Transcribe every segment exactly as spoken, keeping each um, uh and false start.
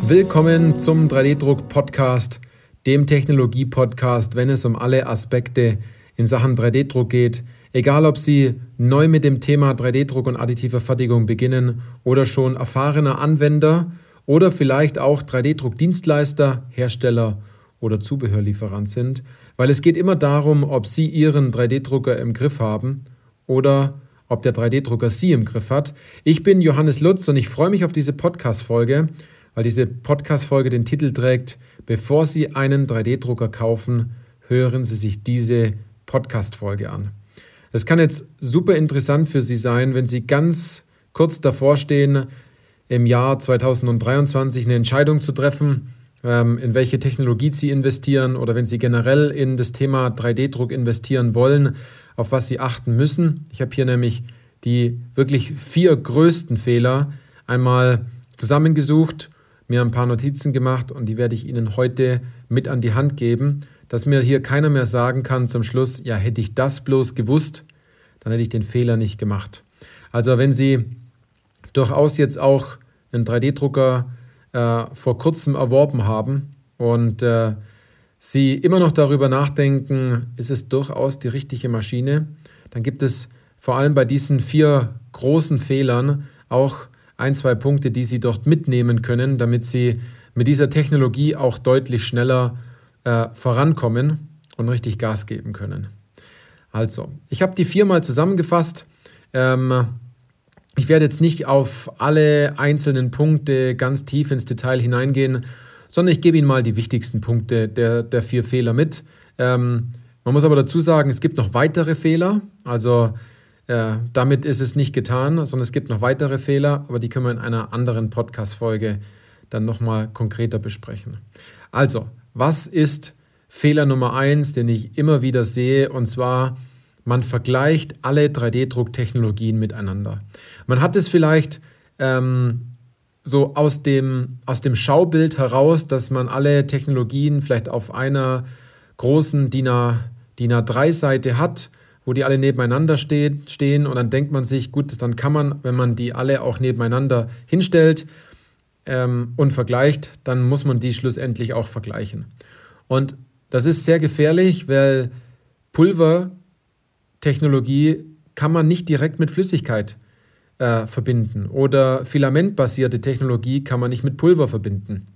Willkommen zum drei D-Druck-Podcast, dem Technologie-Podcast, wenn es um alle Aspekte in Sachen drei D-Druck geht. Egal, ob Sie neu mit dem Thema drei D-Druck und additive Fertigung beginnen oder schon erfahrener Anwender oder vielleicht auch drei D-Druck-Dienstleister, Hersteller oder Zubehörlieferant sind, weil es geht immer darum, ob Sie Ihren drei D-Drucker im Griff haben oder ob der drei D-Drucker Sie im Griff hat. Ich bin Johannes Lutz und ich freue mich auf diese Podcast-Folge, weil diese Podcast-Folge den Titel trägt: Bevor Sie einen drei D-Drucker kaufen, hören Sie sich diese Podcast-Folge an. Das kann jetzt super interessant für Sie sein, wenn Sie ganz kurz davor stehen, im Jahr zweitausenddreiundzwanzig eine Entscheidung zu treffen, ähm, in welche Technologie Sie investieren, oder wenn Sie generell in das Thema drei D-Druck investieren wollen, auf was Sie achten müssen. Ich habe hier nämlich die wirklich vier größten Fehler einmal zusammengesucht, mir ein paar Notizen gemacht und die werde ich Ihnen heute mit an die Hand geben, dass mir hier keiner mehr sagen kann zum Schluss, ja, hätte ich das bloß gewusst, dann hätte ich den Fehler nicht gemacht. Also wenn Sie durchaus jetzt auch einen drei D-Drucker äh, vor kurzem erworben haben und äh, Sie immer noch darüber nachdenken, ist es durchaus die richtige Maschine, dann gibt es vor allem bei diesen vier großen Fehlern auch ein, zwei Punkte, die Sie dort mitnehmen können, damit Sie mit dieser Technologie auch deutlich schneller äh, vorankommen und richtig Gas geben können. Also, ich habe die vier mal zusammengefasst. Ähm, ich werde jetzt nicht auf alle einzelnen Punkte ganz tief ins Detail hineingehen, sondern ich gebe Ihnen mal die wichtigsten Punkte der, der vier Fehler mit. Ähm, man muss aber dazu sagen, es gibt noch weitere Fehler, also Äh, damit ist es nicht getan, sondern es gibt noch weitere Fehler, aber die können wir in einer anderen Podcast-Folge dann nochmal konkreter besprechen. Also, was ist Fehler Nummer eins, den ich immer wieder sehe, und zwar: Man vergleicht alle drei D-Druck-Technologien miteinander. Man hat es vielleicht ähm, so aus dem, aus dem Schaubild heraus, dass man alle Technologien vielleicht auf einer großen D I N A drei Seite hat, wo die alle nebeneinander steht, stehen, und dann denkt man sich, gut, dann kann man, wenn man die alle auch nebeneinander hinstellt ähm, und vergleicht, dann muss man die schlussendlich auch vergleichen. Und das ist sehr gefährlich, weil Pulvertechnologie kann man nicht direkt mit Flüssigkeit äh, verbinden, oder filamentbasierte Technologie kann man nicht mit Pulver verbinden.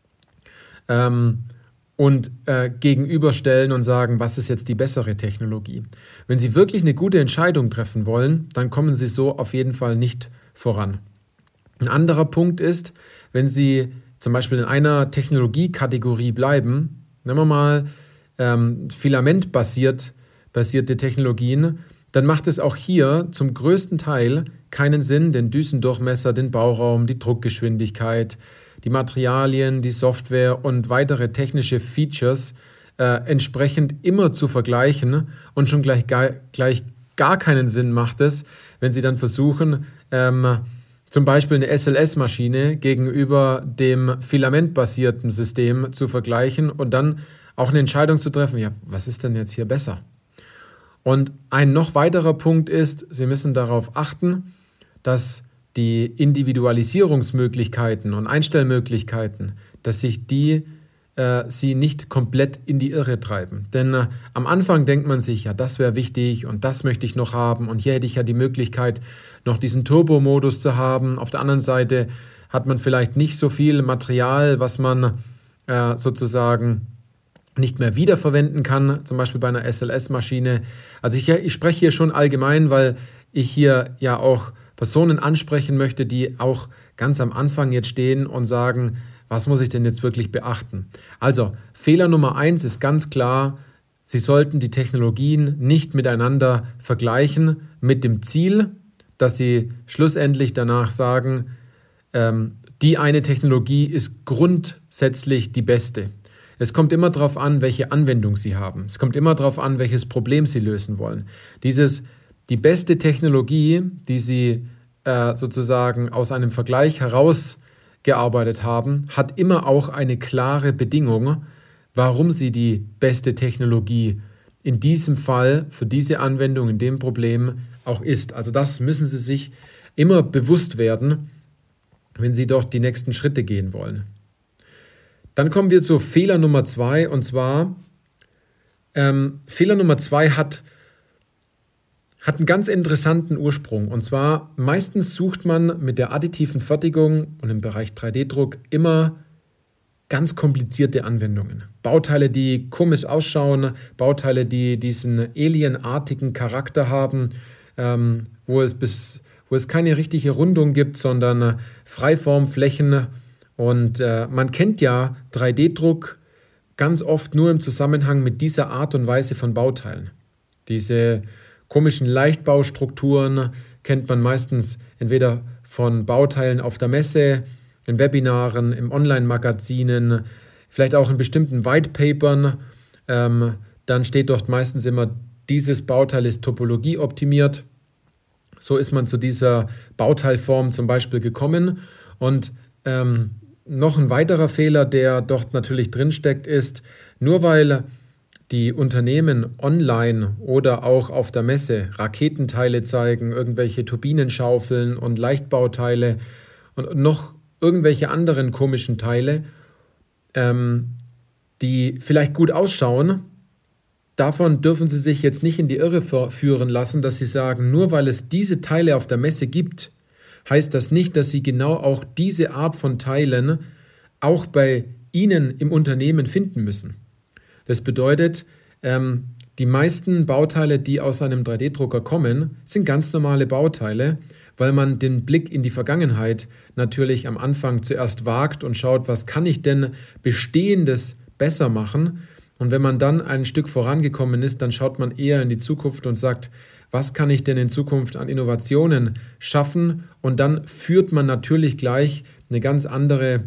Ähm, und äh, gegenüberstellen und sagen, was ist jetzt die bessere Technologie. Wenn Sie wirklich eine gute Entscheidung treffen wollen, dann kommen Sie so auf jeden Fall nicht voran. Ein anderer Punkt ist, wenn Sie zum Beispiel in einer Technologiekategorie bleiben, nehmen wir mal ähm, filamentbasiert basierte Technologien, dann macht es auch hier zum größten Teil keinen Sinn, den Düsendurchmesser, den Bauraum, die Druckgeschwindigkeit, die Materialien, die Software und weitere technische Features äh, entsprechend immer zu vergleichen, und schon gleich gar, gleich gar keinen Sinn macht es, wenn Sie dann versuchen, ähm, zum Beispiel eine S L S-Maschine gegenüber dem filamentbasierten System zu vergleichen und dann auch eine Entscheidung zu treffen, ja, was ist denn jetzt hier besser? Und ein noch weiterer Punkt ist, Sie müssen darauf achten, dass die Individualisierungsmöglichkeiten und Einstellmöglichkeiten, dass sich die äh, Sie nicht komplett in die Irre treiben. Denn äh, am Anfang denkt man sich, ja, das wäre wichtig und das möchte ich noch haben und hier hätte ich ja die Möglichkeit, noch diesen Turbo-Modus zu haben. Auf der anderen Seite hat man vielleicht nicht so viel Material, was man äh, sozusagen nicht mehr wiederverwenden kann, zum Beispiel bei einer S L S-Maschine. Also ich, ich spreche hier schon allgemein, weil ich hier ja auch Personen ansprechen möchte, die auch ganz am Anfang jetzt stehen und sagen, was muss ich denn jetzt wirklich beachten? Also Fehler Nummer eins ist ganz klar: Sie sollten die Technologien nicht miteinander vergleichen mit dem Ziel, dass Sie schlussendlich danach sagen, ähm, die eine Technologie ist grundsätzlich die beste. Es kommt immer darauf an, welche Anwendung Sie haben. Es kommt immer darauf an, welches Problem Sie lösen wollen. Dieses Die beste Technologie, die Sie äh, sozusagen aus einem Vergleich herausgearbeitet haben, hat immer auch eine klare Bedingung, warum Sie die beste Technologie in diesem Fall für diese Anwendung, in dem Problem auch ist. Also das müssen Sie sich immer bewusst werden, wenn Sie dort die nächsten Schritte gehen wollen. Dann kommen wir zu Fehler Nummer zwei und zwar ähm, Fehler Nummer zwei hat, hat einen ganz interessanten Ursprung und zwar meistens sucht man mit der additiven Fertigung und im Bereich drei D Druck immer ganz komplizierte Anwendungen. Bauteile, die komisch ausschauen, Bauteile, die diesen alienartigen Charakter haben, ähm, wo es bis, wo es keine richtige Rundung gibt, sondern Freiformflächen. Und äh, man kennt ja drei D Druck ganz oft nur im Zusammenhang mit dieser Art und Weise von Bauteilen. Diese komischen Leichtbaustrukturen kennt man meistens entweder von Bauteilen auf der Messe, in Webinaren, im Online-Magazinen, vielleicht auch in bestimmten Whitepapern. Ähm, dann steht dort meistens immer, dieses Bauteil ist topologieoptimiert. So ist man zu dieser Bauteilform zum Beispiel gekommen. Und ähm, noch ein weiterer Fehler, der dort natürlich drinsteckt, ist, nur weil die Unternehmen online oder auch auf der Messe Raketenteile zeigen, irgendwelche Turbinenschaufeln und Leichtbauteile und noch irgendwelche anderen komischen Teile, ähm, die vielleicht gut ausschauen, davon dürfen Sie sich jetzt nicht in die Irre führen lassen, dass Sie sagen, nur weil es diese Teile auf der Messe gibt, heißt das nicht, dass Sie genau auch diese Art von Teilen auch bei Ihnen im Unternehmen finden müssen. Das bedeutet, ähm, die meisten Bauteile, die aus einem drei D Drucker kommen, sind ganz normale Bauteile, weil man den Blick in die Vergangenheit natürlich am Anfang zuerst wagt und schaut, was kann ich denn Bestehendes besser machen? Und wenn man dann ein Stück vorangekommen ist, dann schaut man eher in die Zukunft und sagt, was kann ich denn in Zukunft an Innovationen schaffen? Und dann führt man natürlich gleich eine ganz andere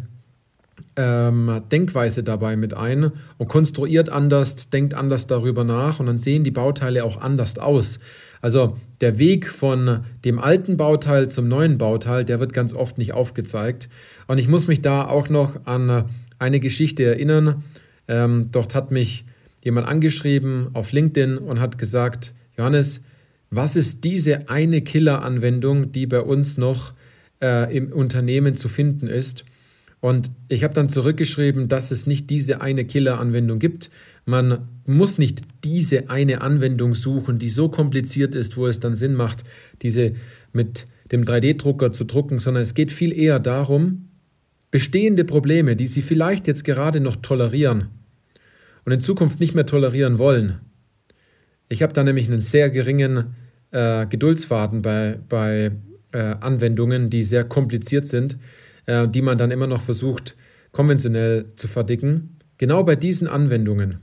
ähm, Denkweise dabei mit ein und konstruiert anders, denkt anders darüber nach und dann sehen die Bauteile auch anders aus. Also der Weg von dem alten Bauteil zum neuen Bauteil, der wird ganz oft nicht aufgezeigt. Und ich muss mich da auch noch an eine Geschichte erinnern. Ähm, dort hat mich jemand angeschrieben auf LinkedIn und hat gesagt, Johannes, was ist diese eine Killer-Anwendung, die bei uns noch äh, im Unternehmen zu finden ist? Und ich habe dann zurückgeschrieben, dass es nicht diese eine Killer-Anwendung gibt. Man muss nicht diese eine Anwendung suchen, die so kompliziert ist, wo es dann Sinn macht, diese mit dem drei D Drucker zu drucken, sondern es geht viel eher darum, bestehende Probleme, die Sie vielleicht jetzt gerade noch tolerieren und in Zukunft nicht mehr tolerieren wollen. Ich habe da nämlich einen sehr geringen äh, Geduldsfaden bei, bei äh, Anwendungen, die sehr kompliziert sind, äh, die man dann immer noch versucht, konventionell zu fertigen. Genau bei diesen Anwendungen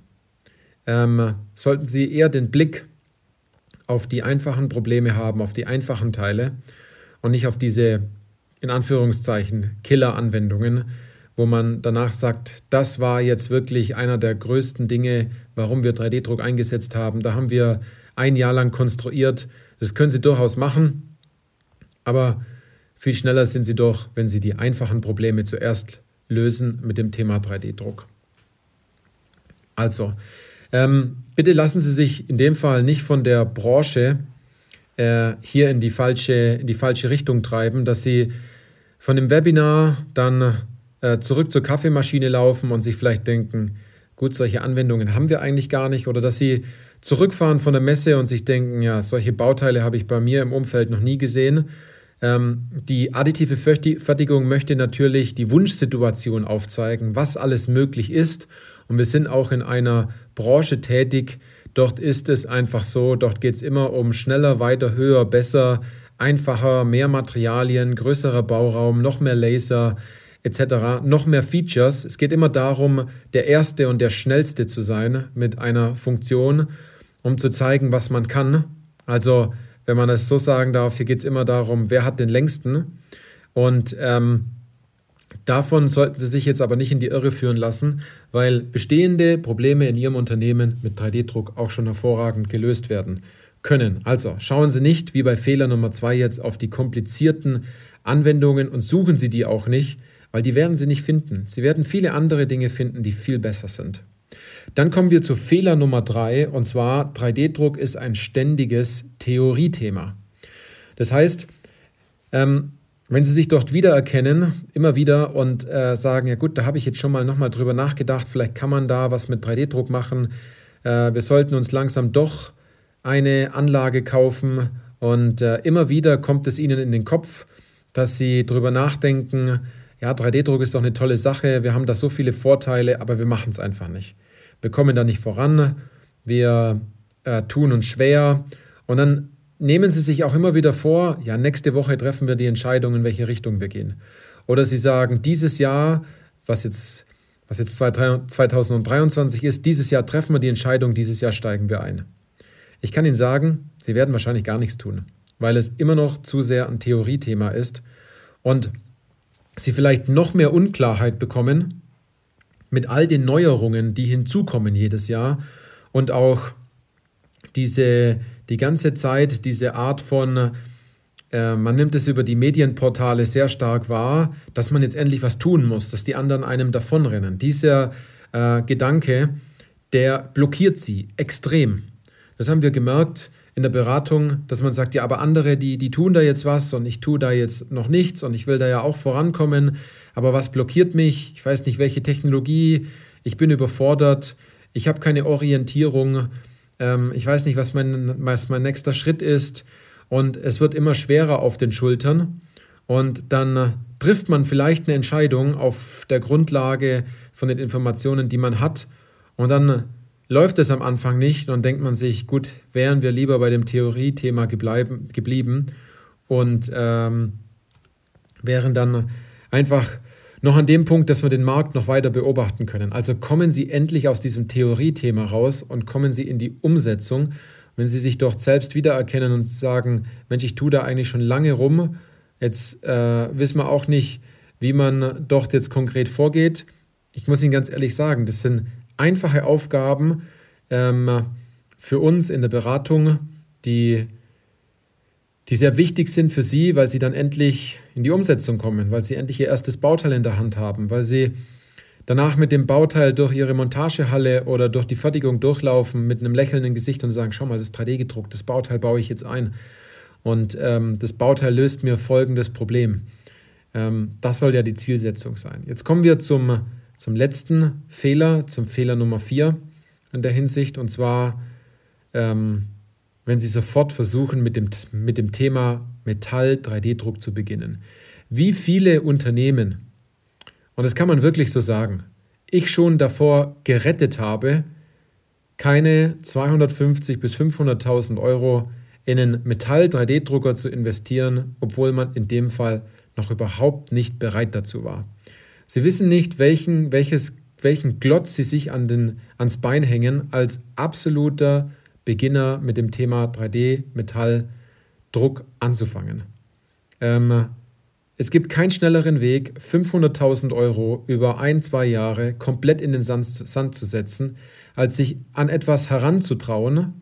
ähm, sollten Sie eher den Blick auf die einfachen Probleme haben, auf die einfachen Teile und nicht auf diese, in Anführungszeichen, Killer-Anwendungen, wo man danach sagt, das war jetzt wirklich einer der größten Dinge, warum wir drei D Druck eingesetzt haben. Da haben wir ein Jahr lang konstruiert. Das können Sie durchaus machen, aber viel schneller sind Sie doch, wenn Sie die einfachen Probleme zuerst lösen mit dem Thema drei D Druck. Also, ähm, bitte lassen Sie sich in dem Fall nicht von der Branche äh, hier in die falsche, in die falsche Richtung treiben, dass Sie von dem Webinar dann äh, zurück zur Kaffeemaschine laufen und sich vielleicht denken, gut, solche Anwendungen haben wir eigentlich gar nicht, oder dass Sie zurückfahren von der Messe und sich denken, ja, solche Bauteile habe ich bei mir im Umfeld noch nie gesehen. Ähm, die additive Fertigung möchte natürlich die Wunschsituation aufzeigen, was alles möglich ist. Und wir sind auch in einer Branche tätig. Dort ist es einfach so, dort geht es immer um schneller, weiter, höher, besser, einfacher, mehr Materialien, größerer Bauraum, noch mehr Laser et cetera, noch mehr Features. Es geht immer darum, der Erste und der Schnellste zu sein mit einer Funktion, um zu zeigen, was man kann. Also, wenn man es so sagen darf, hier geht es immer darum, wer hat den längsten. Und ähm, davon sollten Sie sich jetzt aber nicht in die Irre führen lassen, weil bestehende Probleme in Ihrem Unternehmen mit drei D Druck auch schon hervorragend gelöst werden können. Also schauen Sie nicht, wie bei Fehler Nummer zwei jetzt, auf die komplizierten Anwendungen und suchen Sie die auch nicht, weil die werden Sie nicht finden. Sie werden viele andere Dinge finden, die viel besser sind. Dann kommen wir zu Fehler Nummer drei, und zwar drei D Druck ist ein ständiges Theoriethema. Das heißt, ähm, wenn Sie sich dort wiedererkennen, immer wieder und äh, sagen, ja gut, da habe ich jetzt schon mal nochmal drüber nachgedacht, vielleicht kann man da was mit drei D Druck machen, äh, wir sollten uns langsam doch eine Anlage kaufen und äh, immer wieder kommt es Ihnen in den Kopf, dass Sie drüber nachdenken, ja, drei D Druck ist doch eine tolle Sache, wir haben da so viele Vorteile, aber wir machen es einfach nicht. Wir kommen da nicht voran, wir äh, tun uns schwer und dann nehmen Sie sich auch immer wieder vor, ja, nächste Woche treffen wir die Entscheidung, in welche Richtung wir gehen. Oder Sie sagen, dieses Jahr, was jetzt, was jetzt zwanzig dreiundzwanzig ist, dieses Jahr treffen wir die Entscheidung, dieses Jahr steigen wir ein. Ich kann Ihnen sagen, Sie werden wahrscheinlich gar nichts tun, weil es immer noch zu sehr ein Theoriethema ist und Sie vielleicht noch mehr Unklarheit bekommen mit all den Neuerungen, die hinzukommen jedes Jahr und auch diese, die ganze Zeit diese Art von, äh, man nimmt es über die Medienportale sehr stark wahr, dass man jetzt endlich was tun muss, dass die anderen einem davonrennen. Dieser äh, Gedanke, der blockiert sie extrem. Das haben wir gemerkt in der Beratung, dass man sagt, ja, aber andere, die, die tun da jetzt was und ich tue da jetzt noch nichts und ich will da ja auch vorankommen, aber was blockiert mich? Ich weiß nicht, welche Technologie, ich bin überfordert, ich habe keine Orientierung, ich weiß nicht, was mein, was mein nächster Schritt ist und es wird immer schwerer auf den Schultern und dann trifft man vielleicht eine Entscheidung auf der Grundlage von den Informationen, die man hat und dann läuft es am Anfang nicht und dann denkt man sich, gut, wären wir lieber bei dem Theoriethema gebleiben, geblieben und ähm, wären dann einfach noch an dem Punkt, dass wir den Markt noch weiter beobachten können. Also kommen Sie endlich aus diesem Theoriethema raus und kommen Sie in die Umsetzung. Wenn Sie sich dort selbst wiedererkennen und sagen, Mensch, ich tue da eigentlich schon lange rum, jetzt äh, wissen wir auch nicht, wie man dort jetzt konkret vorgeht. Ich muss Ihnen ganz ehrlich sagen, das sind einfache Aufgaben ähm, für uns in der Beratung, die die sehr wichtig sind für Sie, weil Sie dann endlich in die Umsetzung kommen, weil Sie endlich Ihr erstes Bauteil in der Hand haben, weil Sie danach mit dem Bauteil durch Ihre Montagehalle oder durch die Fertigung durchlaufen mit einem lächelnden Gesicht und sagen, schau mal, das ist drei D gedruckt, das Bauteil baue ich jetzt ein und ähm, das Bauteil löst mir folgendes Problem. Ähm, das soll ja die Zielsetzung sein. Jetzt kommen wir zum, zum letzten Fehler, zum Fehler Nummer vier in der Hinsicht und zwar ähm, wenn Sie sofort versuchen, mit dem, mit dem Thema Metall drei D Druck zu beginnen. Wie viele Unternehmen, und das kann man wirklich so sagen, ich schon davor gerettet habe, keine zweihundertfünfzig bis fünfhunderttausend Euro in einen Metall drei D Drucker zu investieren, obwohl man in dem Fall noch überhaupt nicht bereit dazu war. Sie wissen nicht, welchen, welches, welchen Glotz Sie sich an den, ans Bein hängen als absoluter Beginner mit dem Thema drei D Metall Druck anzufangen. Ähm, es gibt keinen schnelleren Weg, fünfhunderttausend Euro über ein, zwei Jahre komplett in den Sand, Sand zu setzen, als sich an etwas heranzutrauen,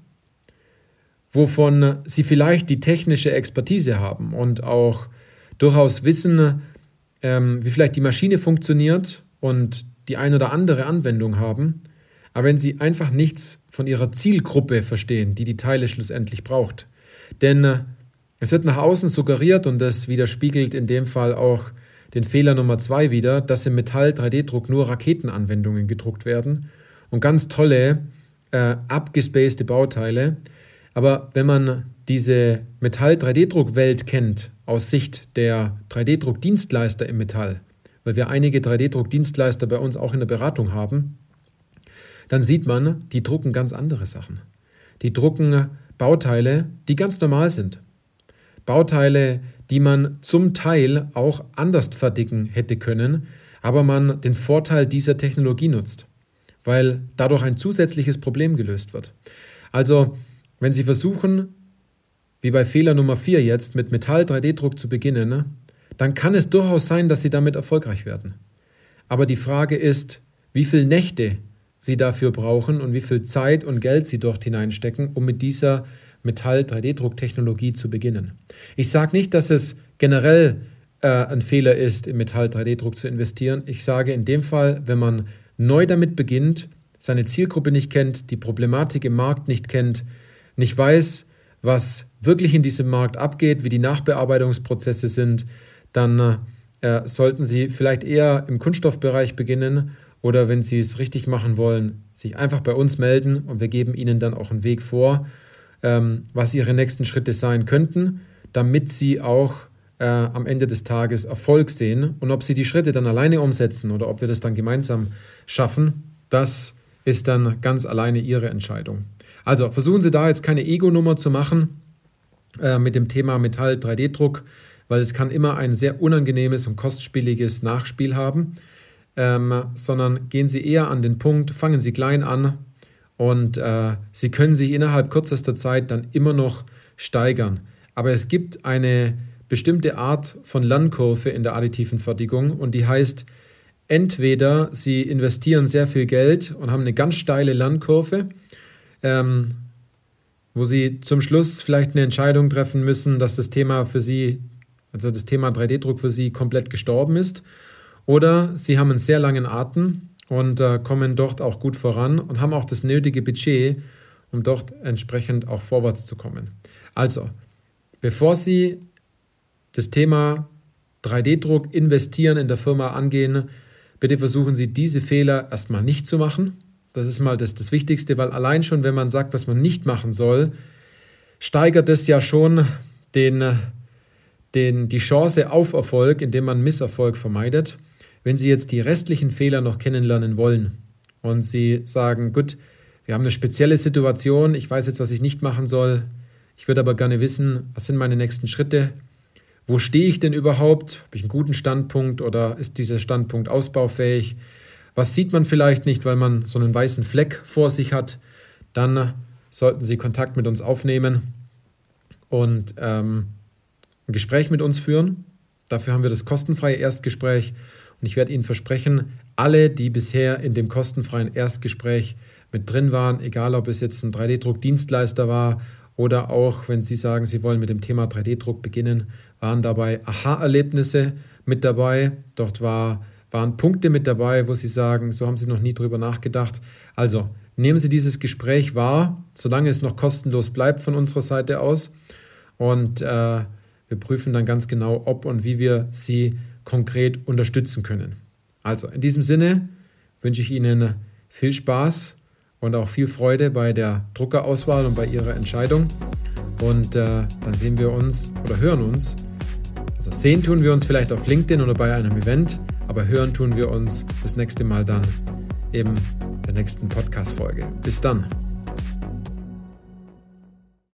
wovon Sie vielleicht die technische Expertise haben und auch durchaus wissen, ähm, wie vielleicht die Maschine funktioniert und die ein oder andere Anwendung haben. Aber wenn Sie einfach nichts von Ihrer Zielgruppe verstehen, die die Teile schlussendlich braucht, denn äh, es wird nach außen suggeriert und das widerspiegelt in dem Fall auch den Fehler Nummer zwei wieder, dass im Metall drei D Druck nur Raketenanwendungen gedruckt werden und ganz tolle, äh, abgespacede Bauteile. Aber wenn man diese Metall drei D Druck Welt kennt, aus Sicht der drei D Druck Dienstleister im Metall, weil wir einige drei D Druck Dienstleister bei uns auch in der Beratung haben, dann sieht man, die drucken ganz andere Sachen. Die drucken Bauteile, die ganz normal sind. Bauteile, die man zum Teil auch anders fertigen hätte können, aber man den Vorteil dieser Technologie nutzt, weil dadurch ein zusätzliches Problem gelöst wird. Also, wenn Sie versuchen, wie bei Fehler Nummer vier jetzt, mit Metall drei D Druck zu beginnen, dann kann es durchaus sein, dass Sie damit erfolgreich werden. Aber die Frage ist, wie viele Nächte Sie dafür brauchen und wie viel Zeit und Geld Sie dort hineinstecken, um mit dieser Metall drei D Druck Technologie zu beginnen. Ich sage nicht, dass es generell äh, ein Fehler ist, im Metall drei D Druck zu investieren. Ich sage in dem Fall, wenn man neu damit beginnt, seine Zielgruppe nicht kennt, die Problematik im Markt nicht kennt, nicht weiß, was wirklich in diesem Markt abgeht, wie die Nachbearbeitungsprozesse sind, dann äh, sollten Sie vielleicht eher im Kunststoffbereich beginnen oder wenn Sie es richtig machen wollen, sich einfach bei uns melden und wir geben Ihnen dann auch einen Weg vor, ähm, was Ihre nächsten Schritte sein könnten, damit Sie auch äh, am Ende des Tages Erfolg sehen. Und ob Sie die Schritte dann alleine umsetzen oder ob wir das dann gemeinsam schaffen, das ist dann ganz alleine Ihre Entscheidung. Also versuchen Sie da jetzt keine Ego-Nummer zu machen äh, mit dem Thema Metall drei D Druck, weil es kann immer ein sehr unangenehmes und kostspieliges Nachspiel haben, ähm, sondern gehen Sie eher an den Punkt, fangen Sie klein an und äh, Sie können sich innerhalb kürzester Zeit dann immer noch steigern. Aber es gibt eine bestimmte Art von Lernkurve in der additiven Fertigung und die heißt, entweder Sie investieren sehr viel Geld und haben eine ganz steile Lernkurve, ähm, wo Sie zum Schluss vielleicht eine Entscheidung treffen müssen, dass das Thema für Sie, also das Thema drei D Druck für Sie komplett gestorben ist. Oder Sie haben einen sehr langen Atem und äh, kommen dort auch gut voran und haben auch das nötige Budget, um dort entsprechend auch vorwärts zu kommen. Also, bevor Sie das Thema drei D Druck investieren in der Firma angehen, bitte versuchen Sie diese Fehler erstmal nicht zu machen. Das ist mal das, das Wichtigste, weil allein schon, wenn man sagt, was man nicht machen soll, steigert es ja schon den, den, die Chance auf Erfolg, indem man Misserfolg vermeidet. Wenn Sie jetzt die restlichen Fehler noch kennenlernen wollen und Sie sagen, gut, wir haben eine spezielle Situation, ich weiß jetzt, was ich nicht machen soll, ich würde aber gerne wissen, was sind meine nächsten Schritte, wo stehe ich denn überhaupt, habe ich einen guten Standpunkt oder ist dieser Standpunkt ausbaufähig, was sieht man vielleicht nicht, weil man so einen weißen Fleck vor sich hat, dann sollten Sie Kontakt mit uns aufnehmen und ähm, ein Gespräch mit uns führen. Dafür haben wir das kostenfreie Erstgespräch und ich werde Ihnen versprechen, alle, die bisher in dem kostenfreien Erstgespräch mit drin waren, egal ob es jetzt ein drei D Druck Dienstleister war oder auch, wenn Sie sagen, Sie wollen mit dem Thema drei D Druck beginnen, waren dabei Aha-Erlebnisse mit dabei. Dort war, waren Punkte mit dabei, wo Sie sagen, so haben Sie noch nie drüber nachgedacht. Also nehmen Sie dieses Gespräch wahr, solange es noch kostenlos bleibt von unserer Seite aus. Und äh, wir prüfen dann ganz genau, ob und wie wir Sie konkret unterstützen können. Also in diesem Sinne wünsche ich Ihnen viel Spaß und auch viel Freude bei der Druckerauswahl und bei Ihrer Entscheidung. Und äh, dann sehen wir uns oder hören uns. Also sehen tun wir uns vielleicht auf LinkedIn oder bei einem Event, aber hören tun wir uns das nächste Mal dann eben der nächsten Podcast-Folge. Bis dann.